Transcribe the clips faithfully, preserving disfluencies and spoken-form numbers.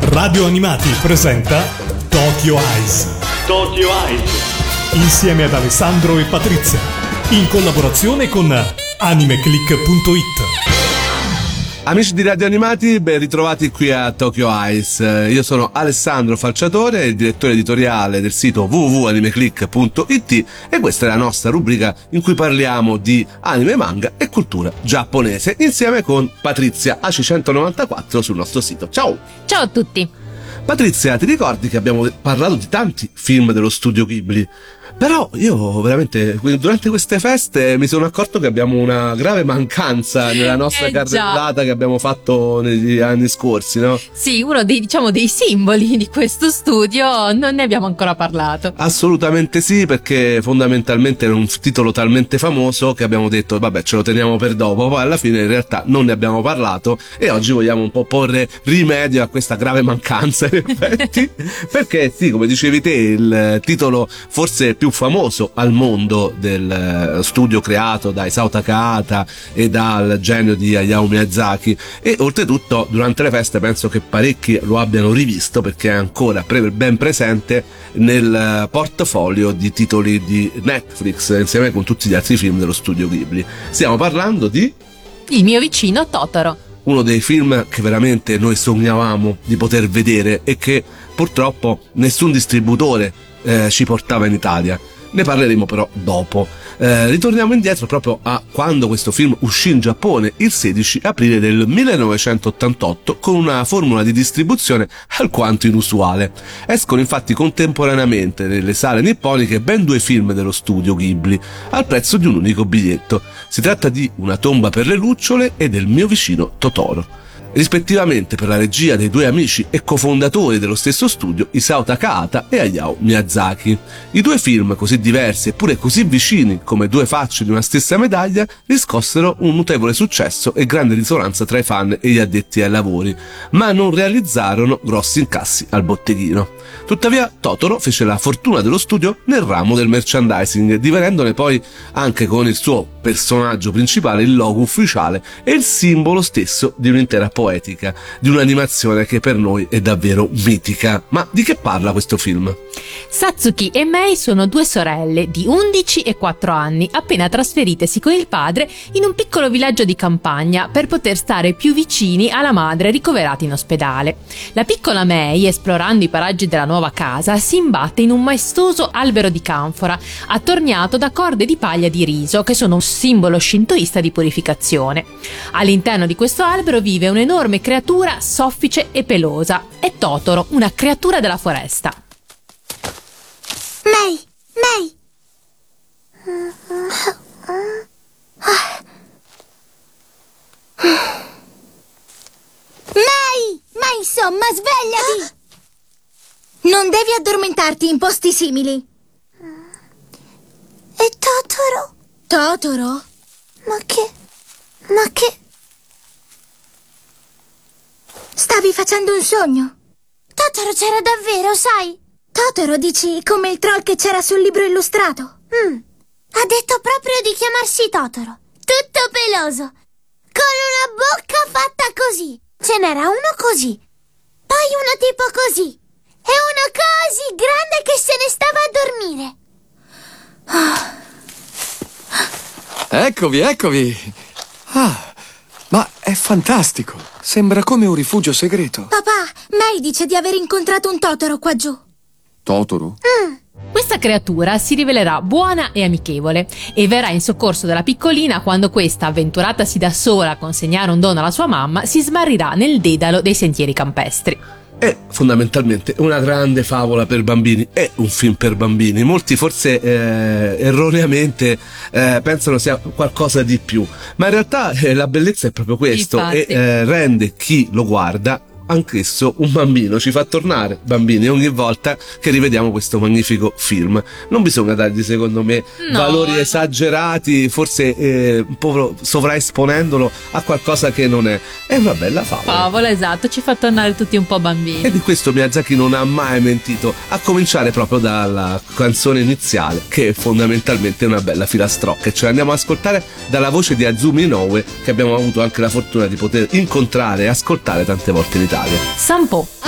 Radio Animati presenta Tokyo Eyes. Tokyo Eyes. Insieme ad Alessandro e Patrizia. In collaborazione con animeclick punto it. Amici di Radio Animati, ben ritrovati qui a Tokyo Eyes. Io sono Alessandro Falciatore, il direttore editoriale del sito w w w punto animeclick punto it e questa è la nostra rubrica in cui parliamo di anime, manga e cultura giapponese insieme con Patrizia A C centonovantaquattro sul nostro sito. Ciao! Ciao a tutti! Patrizia, ti ricordi che abbiamo parlato di tanti film dello studio Ghibli? Però io veramente durante queste feste mi sono accorto che abbiamo una grave mancanza nella nostra eh, carrellata che abbiamo fatto negli anni scorsi, no? Sì, uno dei, diciamo, dei simboli di questo studio non ne abbiamo ancora parlato. Assolutamente sì, perché fondamentalmente era un titolo talmente famoso che abbiamo detto vabbè, ce lo teniamo per dopo, poi alla fine in realtà non ne abbiamo parlato e oggi vogliamo un po' porre rimedio a questa grave mancanza in effetti, perché sì, come dicevi te, il titolo forse più famoso al mondo del studio creato da Isao Takahata e dal genio di Hayao Miyazaki, e oltretutto durante le feste penso che parecchi lo abbiano rivisto perché è ancora pre- ben presente nel portafoglio di titoli di Netflix insieme con tutti gli altri film dello studio Ghibli. Stiamo parlando di Il mio vicino Totoro, uno dei film che veramente noi sognavamo di poter vedere e che purtroppo nessun distributore eh, ci portava in Italia. Ne parleremo però dopo. Eh, ritorniamo indietro proprio a quando questo film uscì in Giappone il sedici aprile del millenovecentottantotto con una formula di distribuzione alquanto inusuale. Escono infatti contemporaneamente nelle sale nipponiche ben due film dello studio Ghibli al prezzo di un unico biglietto. Si tratta di Una tomba per le lucciole e del mio vicino Totoro, rispettivamente per la regia dei due amici e cofondatori dello stesso studio, Isao Takahata e Hayao Miyazaki. I due film, così diversi eppure così vicini come due facce di una stessa medaglia, riscossero un notevole successo e grande risonanza tra i fan e gli addetti ai lavori, ma non realizzarono grossi incassi al botteghino. Tuttavia Totoro fece la fortuna dello studio nel ramo del merchandising, divenendone poi anche con il suo personaggio principale il logo ufficiale e il simbolo stesso di un'intera poetica, di un'animazione che per noi è davvero mitica. Ma di che parla questo film? Satsuki e Mei sono due sorelle di undici e quattro anni, appena trasferitesi con il padre in un piccolo villaggio di campagna per poter stare più vicini alla madre ricoverata in ospedale. La piccola Mei, esplorando i paraggi della nuova casa, si imbatte in un maestoso albero di canfora attorniato da corde di paglia di riso che sono un simbolo shintoista di purificazione. All'interno di questo albero vive un'enorme creatura soffice e pelosa. È Totoro, una creatura della foresta. Mei, Mei. Mei, ma insomma, svegliati! Non devi addormentarti in posti simili. E Totoro? Totoro? Ma che... ma che... Stavi facendo un sogno? Totoro c'era davvero, sai? Totoro, dici, come il troll che c'era sul libro illustrato? Mm. Ha detto proprio di chiamarsi Totoro. Tutto peloso. Con una bocca fatta così. Ce n'era uno così. Poi uno tipo così. E uno così grande che se ne stava a dormire. Eccovi, eccovi. Ah, ma è fantastico. Sembra come un rifugio segreto. Papà, Mei dice di aver incontrato un Totoro qua giù. Totoro? Mm. Questa creatura si rivelerà buona e amichevole e verrà in soccorso della piccolina quando questa, avventuratasi da sola a consegnare un dono alla sua mamma, si smarrirà nel dedalo dei sentieri campestri. È fondamentalmente una grande favola per bambini, è un film per bambini. Molti forse eh, erroneamente eh, pensano sia qualcosa di più, ma in realtà eh, la bellezza è proprio questo. Infatti. E eh, rende chi lo guarda anch'esso un bambino, ci fa tornare bambini ogni volta che rivediamo questo magnifico film. Non bisogna dargli, secondo me, no, valori no. esagerati, forse eh, un po' sovraesponendolo a qualcosa che non è. È una bella favola. Favola, esatto, ci fa tornare tutti un po' bambini. E di questo Miyazaki non ha mai mentito, a cominciare proprio dalla canzone iniziale, che è fondamentalmente una bella filastrocca, e ce l'andiamo ad ascoltare dalla voce di Azumi Inoue, che abbiamo avuto anche la fortuna di poter incontrare e ascoltare tante volte in Italia. Sampo. I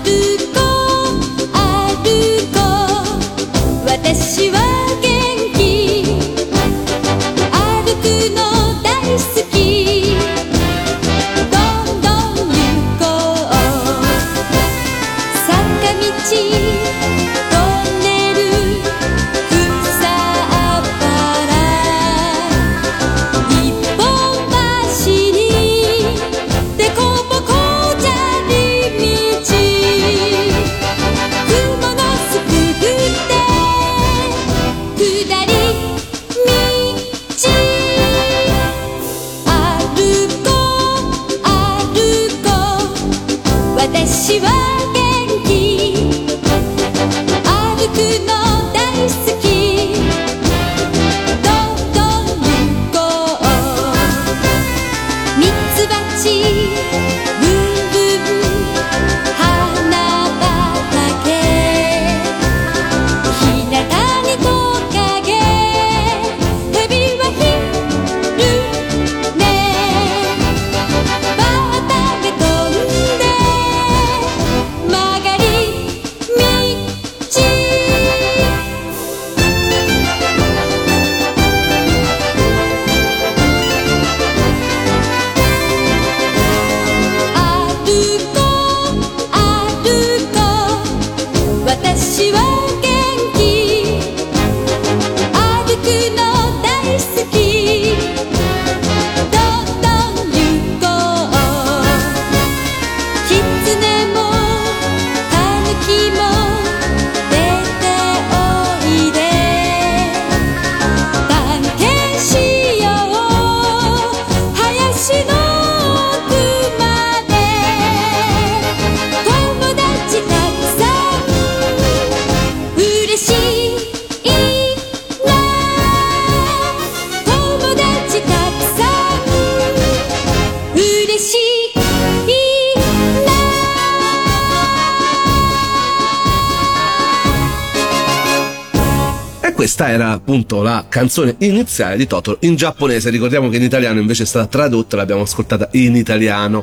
Questa era appunto la canzone iniziale di Totoro in giapponese. Ricordiamo che in italiano invece è stata tradotta, l'abbiamo ascoltata in italiano.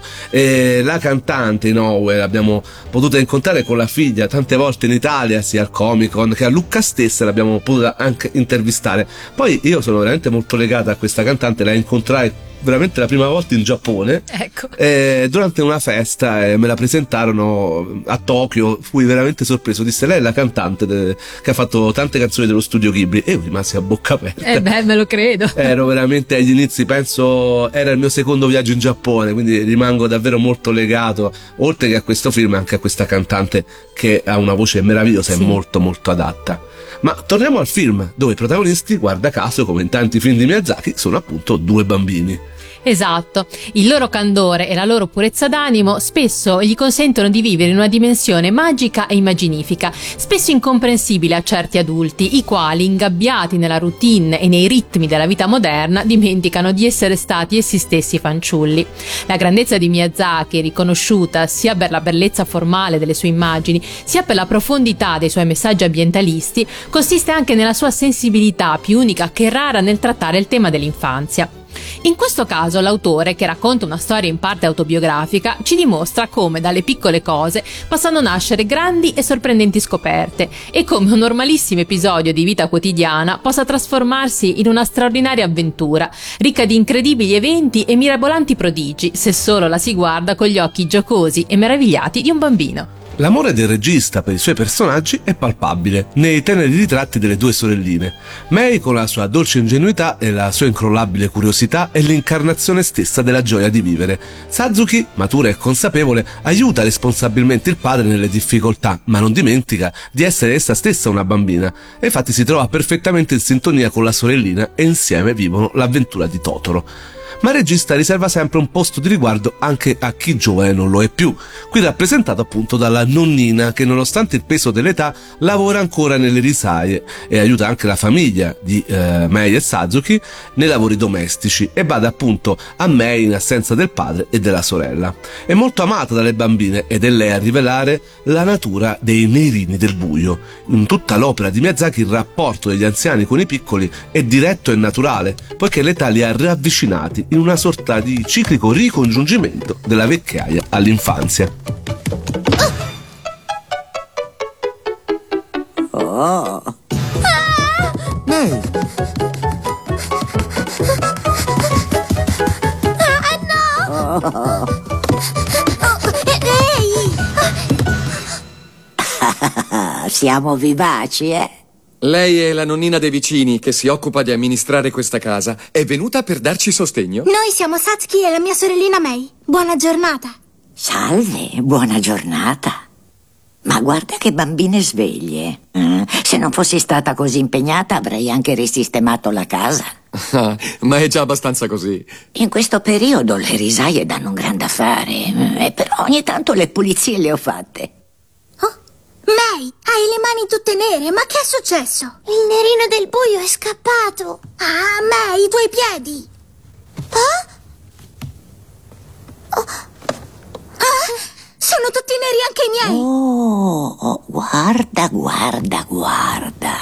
E la cantante Inoue l'abbiamo potuta incontrare con la figlia tante volte in Italia, sia al Comic Con che a Lucca stessa, l'abbiamo potuta anche intervistare. Poi io sono veramente molto legata a questa cantante, la incontrai veramente la prima volta in Giappone, ecco. eh, durante una festa, eh, me la presentarono a Tokyo, fui veramente sorpreso. Disse: lei è la cantante de- che ha fatto tante canzoni dello studio Ghibli, e io rimasi a bocca aperta. Eh beh, me lo credo. Ero veramente agli inizi, penso era il mio secondo viaggio in Giappone, quindi rimango davvero molto legato, oltre che a questo film, anche a questa cantante che ha una voce meravigliosa, sì, e molto molto adatta. Ma torniamo al film, dove i protagonisti, guarda caso, come in tanti film di Miyazaki, sono appunto due bambini. Esatto, il loro candore e la loro purezza d'animo spesso gli consentono di vivere in una dimensione magica e immaginifica, spesso incomprensibile a certi adulti, i quali, ingabbiati nella routine e nei ritmi della vita moderna, dimenticano di essere stati essi stessi fanciulli. La grandezza di Miyazaki, riconosciuta sia per la bellezza formale delle sue immagini, sia per la profondità dei suoi messaggi ambientalisti, consiste anche nella sua sensibilità più unica che rara nel trattare il tema dell'infanzia. In questo caso l'autore, che racconta una storia in parte autobiografica, ci dimostra come dalle piccole cose possano nascere grandi e sorprendenti scoperte, e come un normalissimo episodio di vita quotidiana possa trasformarsi in una straordinaria avventura, ricca di incredibili eventi e mirabolanti prodigi, se solo la si guarda con gli occhi giocosi e meravigliati di un bambino. L'amore del regista per i suoi personaggi è palpabile nei teneri ritratti delle due sorelline. Mei, con la sua dolce ingenuità e la sua incrollabile curiosità, è l'incarnazione stessa della gioia di vivere. Sazuki, matura e consapevole, aiuta responsabilmente il padre nelle difficoltà, ma non dimentica di essere essa stessa una bambina, e infatti si trova perfettamente in sintonia con la sorellina e insieme vivono l'avventura di Totoro. Ma il regista riserva sempre un posto di riguardo anche a chi giovane non lo è più, qui rappresentato appunto dalla nonnina, che nonostante il peso dell'età lavora ancora nelle risaie e aiuta anche la famiglia di eh, Mei e Sazuki nei lavori domestici, e bada appunto a Mei in assenza del padre e della sorella. È molto amata dalle bambine ed è lei a rivelare la natura dei neirini del buio. In tutta l'opera di Miyazaki il rapporto degli anziani con i piccoli è diretto e naturale, poiché l'età li ha riavvicinati in una sorta di ciclico ricongiungimento della vecchiaia all'infanzia. Oh. May, Ah, no! Oh. Oh, ehi! Siamo vivaci, eh? lei è la nonnina dei vicini che si occupa di amministrare questa casa. È venuta per darci sostegno? Noi siamo Satsuki e la mia sorellina May. Buona giornata. Salve, buona giornata. Ma guarda che bambine sveglie. Eh? Se non fossi stata così impegnata avrei anche risistemato la casa. Ah, ma è già abbastanza così. In questo periodo le risaie danno un gran da fare, eh, però ogni tanto le pulizie le ho fatte. Oh, May, hai le mani tutte nere, ma che è successo? Il nerino del buio è scappato. Ah, May, i tuoi piedi. Ah? Oh. Ah, sono tutti neri anche i miei. Oh, oh, guarda, guarda, guarda.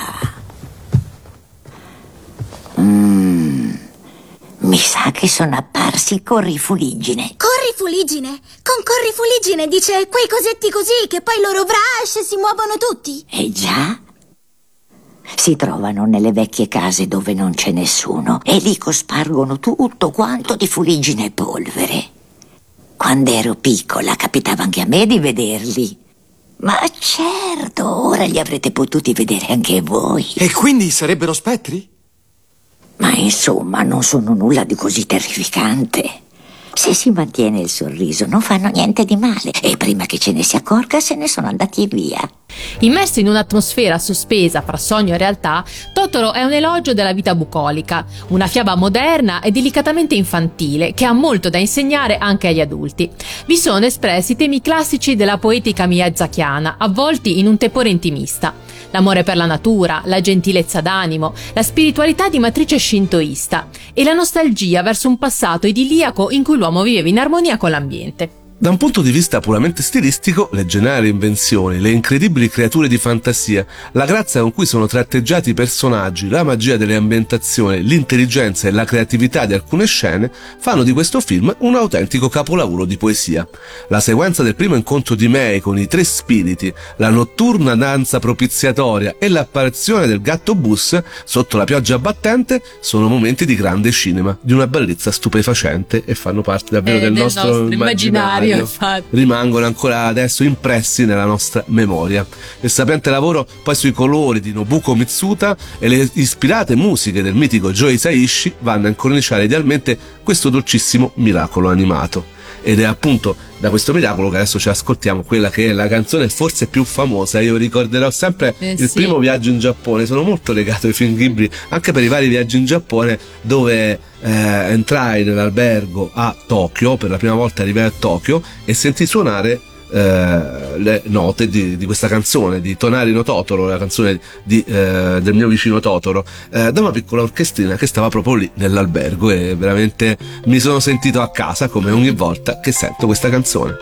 Mm, mi sa che sono apparsi corrifuliggine. Corrifuliggine? Con corrifuliggine dice quei cosetti così che poi loro vrash si muovono tutti. Eh già. Si trovano nelle vecchie case dove non c'è nessuno e lì cospargono tutto quanto di fuliggine e polvere. Quando ero piccola capitava anche a me di vederli. Ma certo, ora li avrete potuti vedere anche voi. E quindi sarebbero spettri? Ma insomma, non sono nulla di così terrificante. Se si mantiene il sorriso non fanno niente di male e prima che ce ne si accorga se ne sono andati via. Immerso in un'atmosfera sospesa fra sogno e realtà, Totoro è un elogio della vita bucolica, una fiaba moderna e delicatamente infantile che ha molto da insegnare anche agli adulti. Vi sono espressi temi classici della poetica miyazakiana, avvolti in un tepore intimista. L'amore per la natura, la gentilezza d'animo, la spiritualità di matrice shintoista e la nostalgia verso un passato idilliaco in cui l'uomo viveva in armonia con l'ambiente. Da un punto di vista puramente stilistico, le geniali invenzioni, le incredibili creature di fantasia, la grazia con cui sono tratteggiati i personaggi, la magia delle ambientazioni, l'intelligenza e la creatività di alcune scene fanno di questo film un autentico capolavoro di poesia. La sequenza del primo incontro di May con i tre spiriti, la notturna danza propiziatoria e l'apparizione del gatto bus sotto la pioggia battente sono momenti di grande cinema, di una bellezza stupefacente e fanno parte davvero Eh, del, del nostro, nostro immaginario. immaginario. Infatti. Rimangono ancora adesso impressi nella nostra memoria. Il sapiente lavoro poi sui colori di Nobuko Mitsuta e le ispirate musiche del mitico Joe Hisaishi vanno a incorniciare idealmente questo dolcissimo miracolo animato. Ed è appunto da questo miracolo che adesso ci ascoltiamo quella che è la canzone forse più famosa. Io ricorderò sempre eh il sì. primo viaggio in Giappone. Sono molto legato ai film Ghibli anche per i vari viaggi in Giappone, dove eh, entrai nell'albergo a Tokyo, per la prima volta arrivai a Tokyo e sentì suonare Eh, le note di, di questa canzone di Tonari no Totoro, la canzone di, eh, del mio vicino Totoro, eh, da una piccola orchestrina che stava proprio lì nell'albergo, e veramente mi sono sentito a casa come ogni volta che sento questa canzone.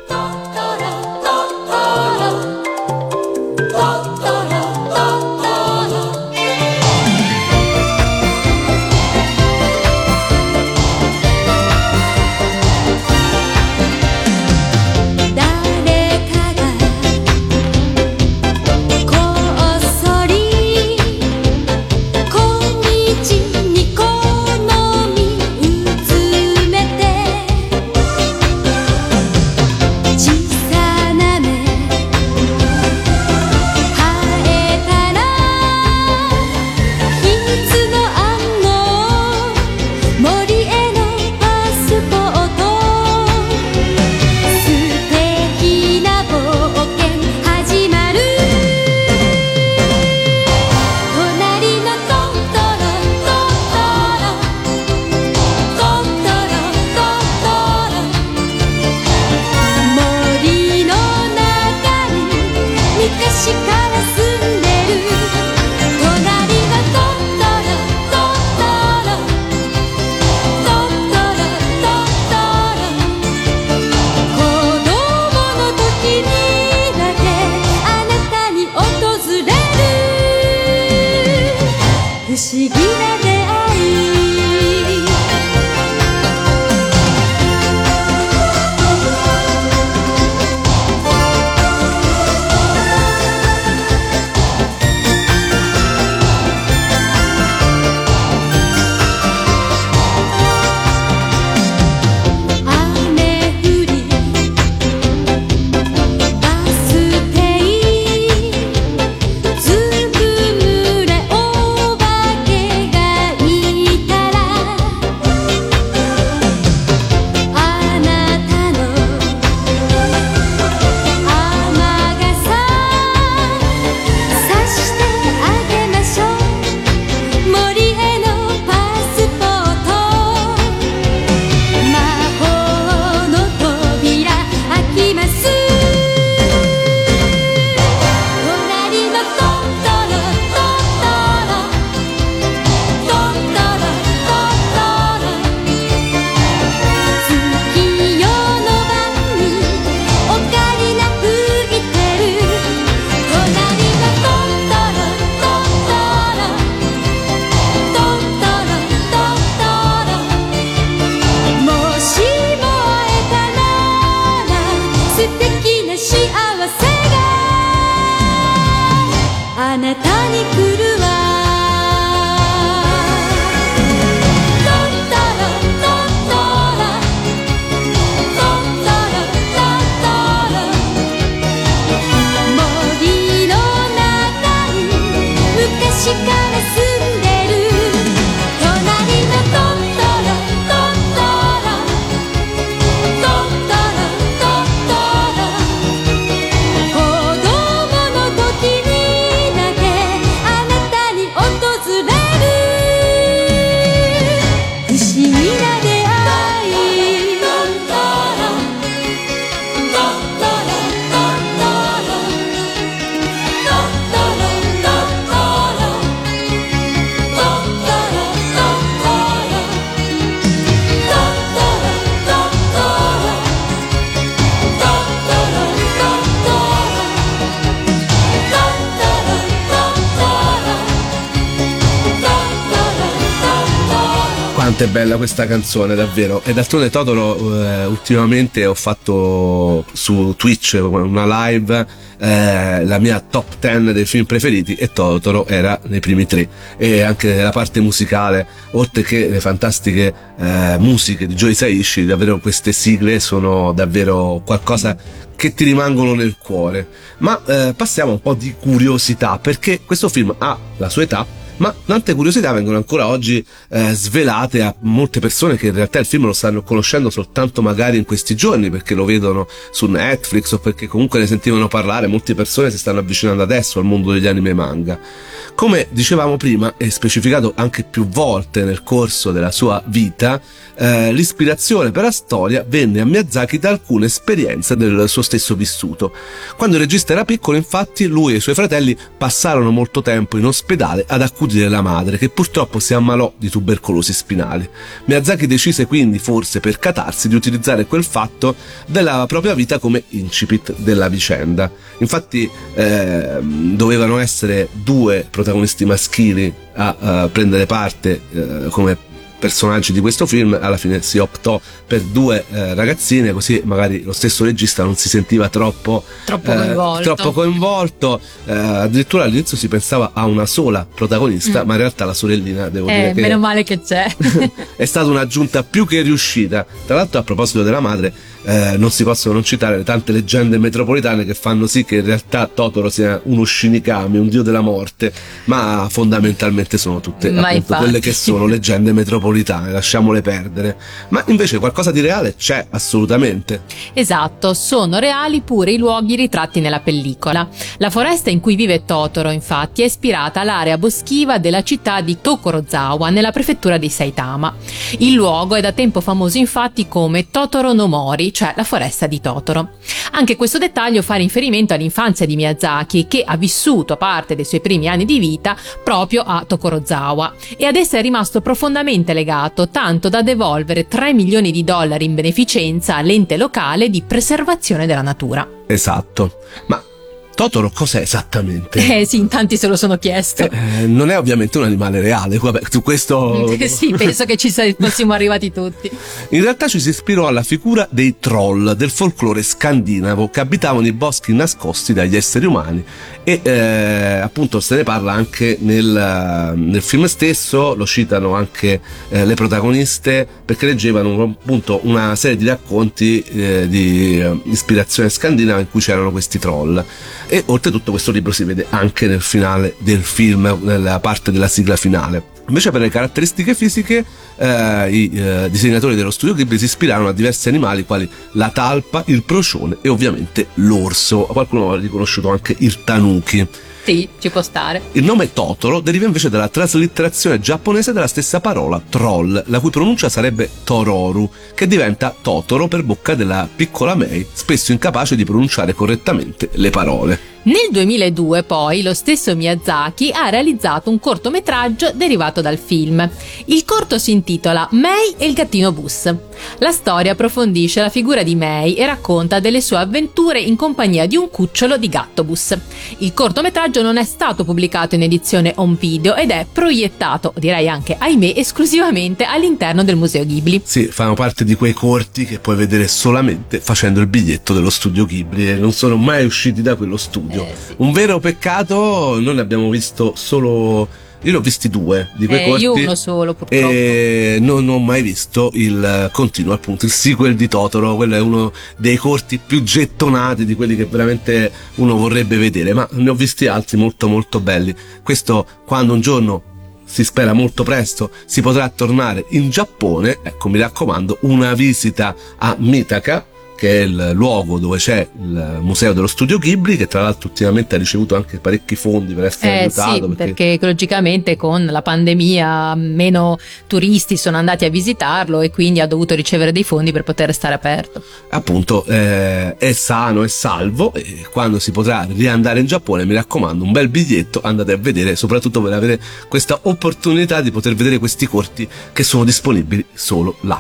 Quanto è bella questa canzone, davvero. E d'altronde Totoro, eh, ultimamente ho fatto su Twitch una live, eh, la mia top dieci dei film preferiti, e Totoro era nei primi tre. E anche la parte musicale, oltre che le fantastiche eh, musiche di Joe Hisaishi, davvero queste sigle sono davvero qualcosa che ti rimangono nel cuore. Ma eh, passiamo a un po' di curiosità, perché questo film ha la sua età, ma tante curiosità vengono ancora oggi eh, svelate a molte persone che in realtà il film lo stanno conoscendo soltanto magari in questi giorni, perché lo vedono su Netflix o perché comunque ne sentivano parlare. Molte persone si stanno avvicinando adesso al mondo degli anime e manga. Come dicevamo prima e specificato anche più volte nel corso della sua vita, eh, l'ispirazione per la storia venne a Miyazaki da alcune esperienze del suo stesso vissuto. Quando il regista era piccolo, infatti, lui e i suoi fratelli passarono molto tempo in ospedale ad accudire la madre, che purtroppo si ammalò di tubercolosi spinali. Miyazaki decise quindi, forse per catarsi, di utilizzare quel fatto della propria vita come incipit della vicenda. Infatti eh, dovevano essere due protagonisti maschili a, a prendere parte eh, come personaggi di questo film. Alla fine si optò per due eh, ragazzine, così magari lo stesso regista non si sentiva troppo troppo eh, coinvolto, troppo coinvolto. Eh, addirittura all'inizio si pensava a una sola protagonista, mm. ma in realtà la sorellina, devo eh, dire che meno male che c'è è stata un'aggiunta più che riuscita. Tra l'altro, a proposito della madre, eh, non si possono non citare le tante leggende metropolitane che fanno sì che in realtà Totoro sia uno Shinigami, un dio della morte, ma fondamentalmente sono tutte appunto quelle che sono leggende metropolitane, lasciamole perdere. Ma invece qualcosa di reale c'è assolutamente. Esatto, sono reali pure i luoghi ritratti nella pellicola. La foresta in cui vive Totoro, infatti, è ispirata all'area boschiva della città di Tokorozawa, nella prefettura di Saitama. Il luogo è da tempo famoso infatti come Totoro no Mori, cioè la foresta di Totoro. Anche questo dettaglio fa riferimento all'infanzia di Miyazaki, che ha vissuto parte dei suoi primi anni di vita proprio a Tokorozawa e ad essa è rimasto profondamente legato, tanto da devolvere tre milioni di dollari in beneficenza all'ente locale di preservazione della natura. Esatto. Ma Totoro cos'è esattamente? Eh sì, in tanti se lo sono chiesto. Eh, non è ovviamente un animale reale, vabbè, su questo... sì, penso che ci fossimo arrivati tutti. In realtà ci si ispirò alla figura dei troll del folklore scandinavo, che abitavano i boschi nascosti dagli esseri umani, e eh, appunto se ne parla anche nel, nel film stesso. Lo citano anche eh, le protagoniste, perché leggevano appunto una serie di racconti eh, di eh, ispirazione scandinava in cui c'erano questi troll. E oltretutto questo libro si vede anche nel finale del film, nella parte della sigla finale. Invece per le caratteristiche fisiche eh, i eh, disegnatori dello studio Ghibli si ispirarono a diversi animali quali la talpa, il procione e ovviamente l'orso. Qualcuno ha riconosciuto anche il tanuki. Sì, ci può stare. Il nome Totoro deriva invece dalla traslitterazione giapponese della stessa parola troll, la cui pronuncia sarebbe Tororu, che diventa Totoro per bocca della piccola Mei, spesso incapace di pronunciare correttamente le parole. Nel duemiladue poi lo stesso Miyazaki ha realizzato un cortometraggio derivato dal film. Il corto si intitola Mei e il gattino Bus. La storia approfondisce la figura di Mei e racconta delle sue avventure in compagnia di un cucciolo di gatto Bus. Il cortometraggio non è stato pubblicato in edizione home video ed è proiettato, direi anche ahimè, esclusivamente all'interno del Museo Ghibli. Sì, fanno parte di quei corti che puoi vedere solamente facendo il biglietto dello studio Ghibli, e non sono mai usciti da quello studio. Eh, sì. Un vero peccato. Noi ne abbiamo visto solo, io ne ho visti due di quei eh, corti, io uno solo purtroppo, e non ho mai visto il continuo, appunto il sequel di Totoro. Quello è uno dei corti più gettonati, di quelli che veramente uno vorrebbe vedere, ma ne ho visti altri molto molto belli. Questo, quando un giorno, si spera molto presto, si potrà tornare in Giappone, ecco, mi raccomando, una visita a Mitaka, che è il luogo dove c'è il museo dello studio Ghibli, che tra l'altro ultimamente ha ricevuto anche parecchi fondi per essere eh, aiutato. Sì, perché... perché logicamente con la pandemia meno turisti sono andati a visitarlo e quindi ha dovuto ricevere dei fondi per poter restare aperto. Appunto, eh, è sano e salvo, e quando si potrà riandare in Giappone, mi raccomando, un bel biglietto, andate a vedere, soprattutto per avere questa opportunità di poter vedere questi corti che sono disponibili solo là.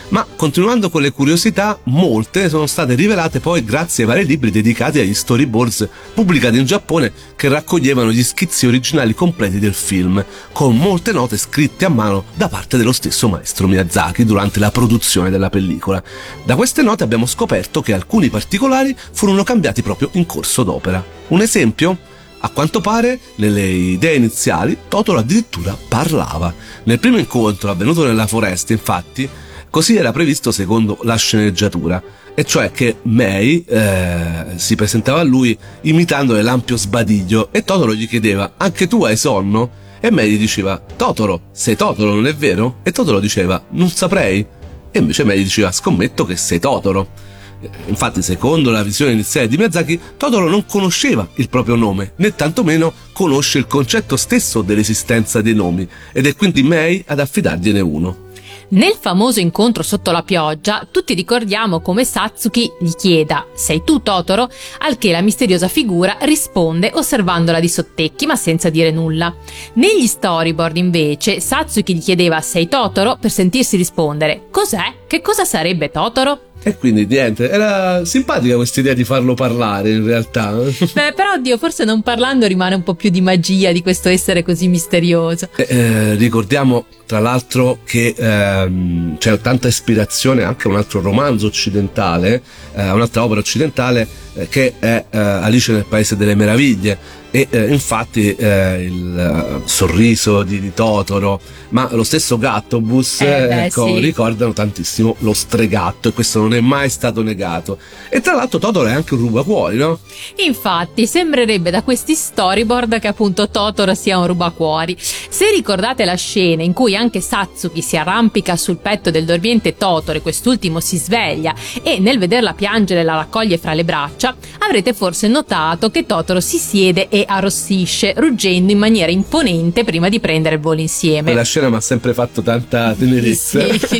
Ma continuando con le curiosità, molte sono state rivelate poi grazie ai vari libri dedicati agli storyboards pubblicati in Giappone, che raccoglievano gli schizzi originali completi del film, con molte note scritte a mano da parte dello stesso maestro Miyazaki durante la produzione della pellicola. Da queste note abbiamo scoperto che alcuni particolari furono cambiati proprio in corso d'opera. Un esempio? A quanto pare, nelle idee iniziali, Totoro addirittura parlava. Nel primo incontro avvenuto nella foresta, infatti, così era previsto secondo la sceneggiatura, e cioè che Mei eh, si presentava a lui imitandole l'ampio sbadiglio, e Totoro gli chiedeva: anche tu hai sonno? E Mei gli diceva: Totoro, sei Totoro, non è vero? E Totoro diceva: non saprei. E invece Mei gli diceva: scommetto che sei Totoro. Infatti, secondo la visione iniziale di Miyazaki, Totoro non conosceva il proprio nome, né tantomeno conosce il concetto stesso dell'esistenza dei nomi, ed è quindi Mei ad affidargliene uno. Nel famoso incontro sotto la pioggia, tutti ricordiamo come Satsuki gli chieda: sei tu Totoro? Al che la misteriosa figura risponde osservandola di sottecchi ma senza dire nulla. Negli storyboard invece Satsuki gli chiedeva: sei Totoro? Per sentirsi rispondere: cos'è? Che cosa sarebbe Totoro? E quindi niente, era simpatica questa idea di farlo parlare in realtà. Beh, però oddio, forse non parlando rimane un po' più di magia di questo essere così misterioso. Eh, eh, ricordiamo tra l'altro che ehm, c'è tanta ispirazione anche a un altro romanzo occidentale, eh, un'altra opera occidentale eh, che è eh, Alice nel Paese delle Meraviglie. E eh, infatti eh, il uh, sorriso di, di Totoro, ma lo stesso Gattobus, eh beh, ecco, sì. ricordano tantissimo lo Stregatto, e questo non è mai stato negato. E tra l'altro Totoro è anche un rubacuori, no? Infatti sembrerebbe da questi storyboard che appunto Totoro sia un rubacuori. Se ricordate la scena in cui anche Satsuki si arrampica sul petto del dormiente Totoro e quest'ultimo si sveglia e nel vederla piangere la raccoglie fra le braccia, avrete forse notato che Totoro si siede e arrossisce, ruggendo in maniera imponente prima di prendere il volo insieme. Quella scena mi ha sempre fatto tanta tenerezza. Sì.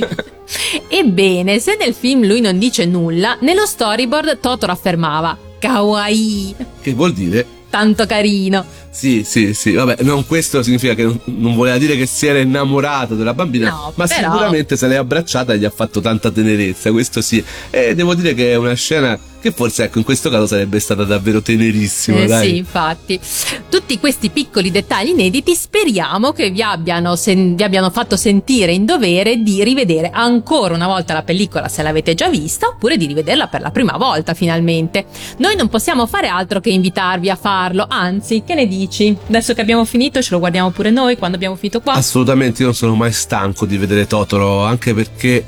Ebbene, se nel film lui non dice nulla, nello storyboard Totoro affermava kawaii, che vuol dire tanto carino. Sì, sì, sì, vabbè, non questo significa che non, non voleva dire che si era innamorato della bambina, no, ma però... sicuramente se l'è abbracciata e gli ha fatto tanta tenerezza, questo sì. E devo dire che è una scena che forse, ecco, in questo caso sarebbe stata davvero tenerissima, eh, dai. Sì, infatti. Tutti questi piccoli dettagli inediti speriamo che vi abbiano, sen- vi abbiano fatto sentire in dovere di rivedere ancora una volta la pellicola se l'avete già vista, oppure di rivederla per la prima volta finalmente. Noi non possiamo fare altro che invitarvi a farlo, anzi, che ne dici? Adesso che abbiamo finito ce lo guardiamo pure noi quando abbiamo finito qua? Assolutamente, io non sono mai stanco di vedere Totoro, anche perché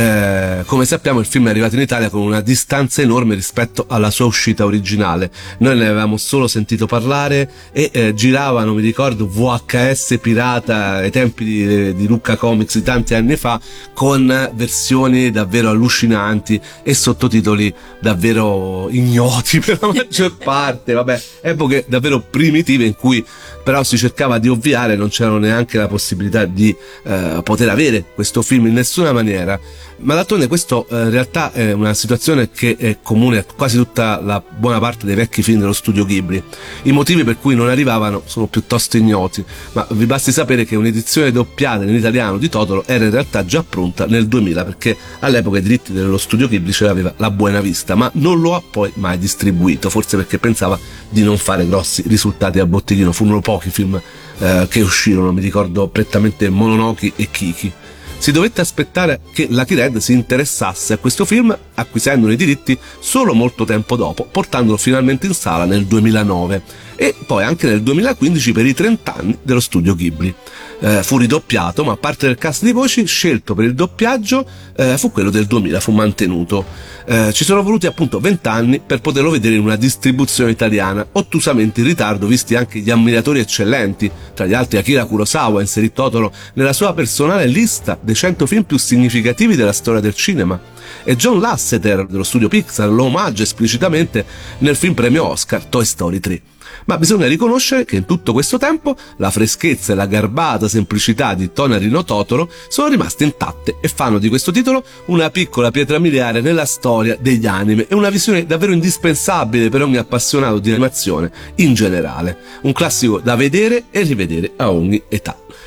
eh, come sappiamo il film è arrivato in Italia con una distanza enorme rispetto alla sua uscita originale. Noi ne avevamo solo sentito parlare e eh, giravano, mi ricordo, V H S pirata ai tempi di, di Lucca Comics di tanti anni fa, con versioni davvero allucinanti e sottotitoli davvero ignoti per la maggior parte, vabbè, epoche davvero primitive in cui però si cercava di ovviare, non c'era neanche la possibilità di eh, poter avere questo film in nessuna maniera. Ma d'altronde questo eh, in realtà è una situazione che è comune a quasi tutta la buona parte dei vecchi film dello studio Ghibli. I motivi per cui non arrivavano sono piuttosto ignoti, ma vi basti sapere che un'edizione doppiata in italiano di Totoro era in realtà già pronta nel duemila, perché all'epoca i diritti dello studio Ghibli ce l'aveva la Buena Vista, ma non lo ha poi mai distribuito, forse perché pensava di non fare grossi risultati al botteghino. Furono pochi i film eh, che uscirono, mi ricordo prettamente Mononoke e Kiki. Si dovette aspettare che Lucky Red si interessasse a questo film, acquisendone i diritti solo molto tempo dopo, portandolo finalmente in sala nel duemilanove e poi anche nel duemilaquindici per i trenta anni dello studio Ghibli. Eh, fu ridoppiato, ma parte del cast di voci scelto per il doppiaggio eh, fu quello del duemila, fu mantenuto. Eh, ci sono voluti appunto vent'anni per poterlo vedere in una distribuzione italiana, ottusamente in ritardo visti anche gli ammiratori eccellenti. Tra gli altri Akira Kurosawa inserì Totoro nella sua personale lista dei cento film più significativi della storia del cinema, e John Lasseter dello studio Pixar lo omaggia esplicitamente nel film premio Oscar Toy Story tre. Ma bisogna riconoscere che in tutto questo tempo la freschezza e la garbata semplicità di Tonari no Totoro sono rimaste intatte e fanno di questo titolo una piccola pietra miliare nella storia degli anime e una visione davvero indispensabile per ogni appassionato di animazione in generale. Un classico da vedere e rivedere a ogni età.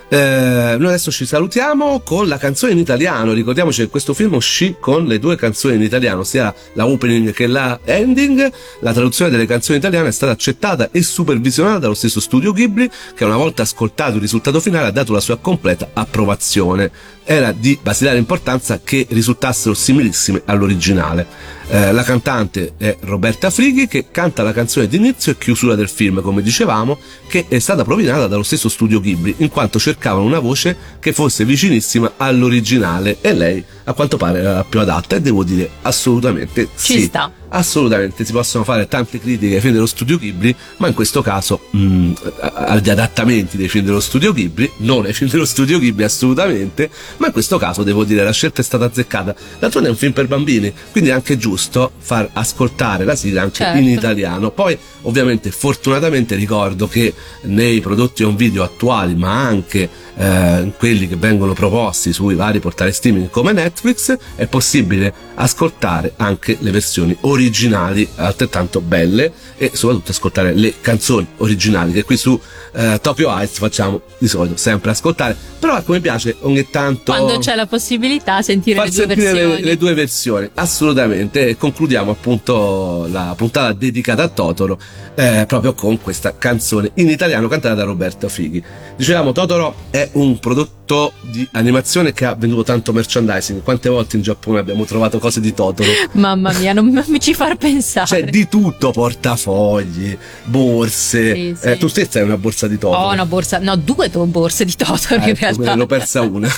Eh, noi adesso ci salutiamo con la canzone in italiano. Ricordiamoci che questo film uscì con le due canzoni in italiano, sia la opening che la ending. La traduzione delle canzoni italiane è stata accettata e supervisionata dallo stesso studio Ghibli, che una volta ascoltato il risultato finale ha dato la sua completa approvazione. Era di basilare importanza che risultassero similissime all'originale. Eh, la cantante è Roberta Frighi, che canta la canzone di inizio e chiusura del film, come dicevamo, che è stata propinata dallo stesso studio Ghibli, in quanto cercavano una voce che fosse vicinissima all'originale, e lei a quanto pare era la più adatta, e devo dire assolutamente Ci sì. sta. Assolutamente, si possono fare tante critiche ai film dello studio Ghibli, ma in questo caso mh, agli adattamenti dei film dello studio Ghibli, non ai film dello studio Ghibli assolutamente, ma in questo caso devo dire la scelta è stata azzeccata. D'altronde è un film per bambini, quindi è anche giusto far ascoltare la sigla anche certo. in italiano. Poi ovviamente fortunatamente ricordo che nei prodotti on video attuali, ma anche eh, quelli che vengono proposti sui vari portali streaming come Netflix, è possibile ascoltare anche le versioni originali altrettanto belle, e soprattutto ascoltare le canzoni originali che qui su eh, Tokyo Ice facciamo di solito sempre ascoltare. Però ecco, mi piace ogni tanto quando c'è la possibilità sentire far le due sentire versioni. le, le due versioni, assolutamente. E concludiamo appunto la puntata dedicata a Totoro eh, proprio con questa canzone in italiano cantata da Roberta Frighi. Dicevamo, Totoro è un prodotto di animazione che ha venduto tanto merchandising. Quante volte in Giappone abbiamo trovato cose di Totoro? Mamma mia, non mi ci far pensare. C'è di tutto, portafogli, borse. Sì, sì. Eh, tu stessa hai una borsa di Totoro? Ho una borsa, no, due to- borse di Totoro Eh, in realtà. ne ho persa una.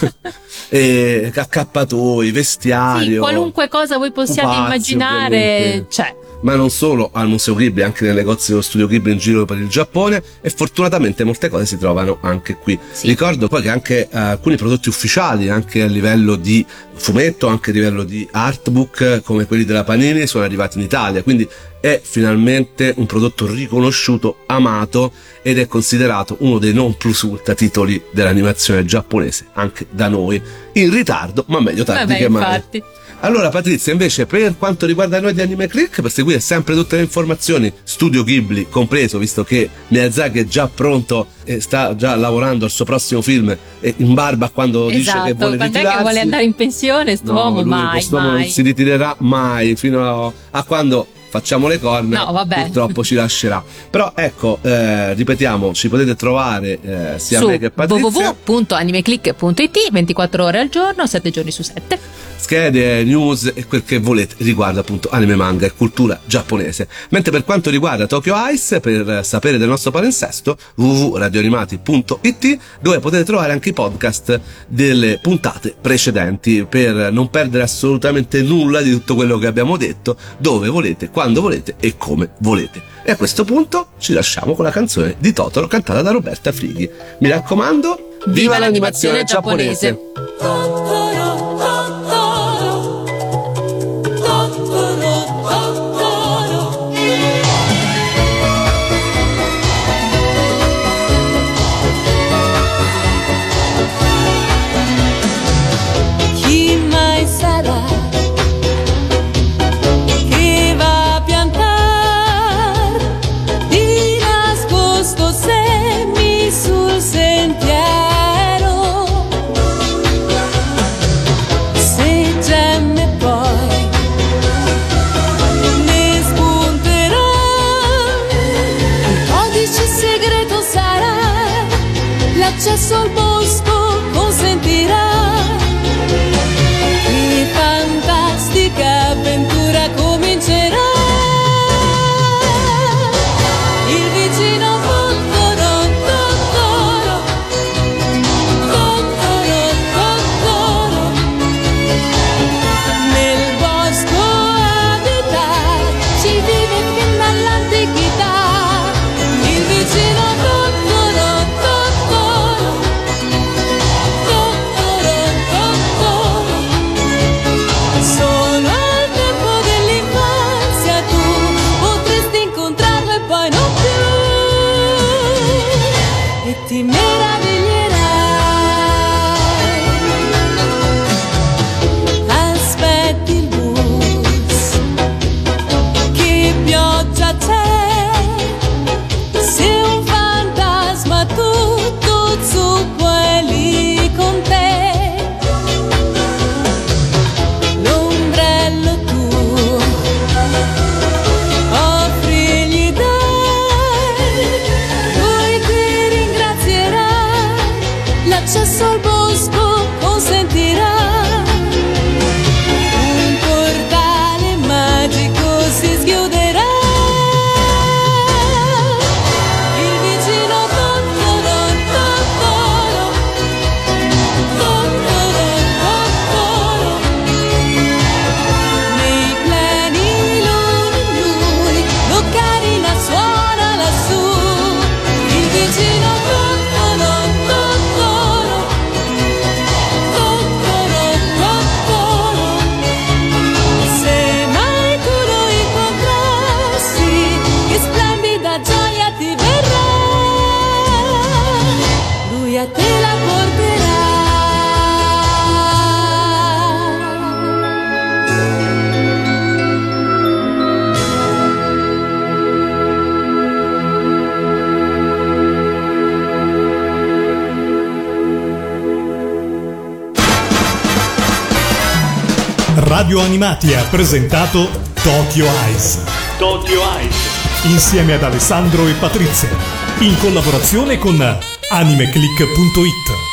E accappatoi, vestiario, Sì, qualunque cosa voi possiate pupazzi, immaginare ovviamente. c'è. Ma non solo al Museo Ghibli, anche nei negozi dello studio Ghibli in giro per il Giappone, e fortunatamente molte cose si trovano anche qui. Sì. Ricordo poi che anche eh, alcuni prodotti ufficiali, anche a livello di fumetto, anche a livello di artbook, come quelli della Panini, sono arrivati in Italia, quindi è finalmente un prodotto riconosciuto, amato, ed è considerato uno dei non plus ultra titoli dell'animazione giapponese, anche da noi, in ritardo, ma meglio tardi Vabbè, che mai. infatti. Allora Patrizia, invece, per quanto riguarda noi di Anime Click, per seguire sempre tutte le informazioni, studio Ghibli compreso, visto che Miyazaki è già pronto e sta già lavorando al suo prossimo film, e in barba a quando Esatto, dice che vuole quando è ritirarsi. che vuole andare in pensione, st'uomo No, lui, mai, quest'uomo mai. non si ritirerà mai fino a, a quando facciamo le corna. No, vabbè. Purtroppo ci lascerà. Però ecco, eh, ripetiamo, ci potete trovare eh, sia Su me che w w Patrizia. w punto animeclick punto i t ventiquattro ore al giorno, sette giorni su sette. Schede, news e quel che volete riguarda appunto anime, manga e cultura giapponese. Mentre per quanto riguarda Tokyo Ice, per sapere del nostro palinsesto, w w w punto radioanimati punto i t, dove potete trovare anche i podcast delle puntate precedenti, per non perdere assolutamente nulla di tutto quello che abbiamo detto, dove volete, quando volete e come volete. E a questo punto ci lasciamo con la canzone di Totoro cantata da Roberta Frighi. Mi raccomando, viva, Viva l'animazione, l'animazione giapponese. giapponese. Chi mai sarà che va a piantar di nascosto semi sul sentiero? Se gemme poi ne spunterà, un codice segreto sarà, l'accesso al bosco consentirà. Che fantastica avventura comincerà. Il vicino Totoro, Totoro, Totoro, Totoro, nel bosco abita, ci vive fin dall'antichità. Il vicino Totoro, Totoro, Radio Animati ha presentato Tokyo Eyes. Tokyo Eyes. Insieme ad Alessandro e Patrizia. In collaborazione con animeclick punto it.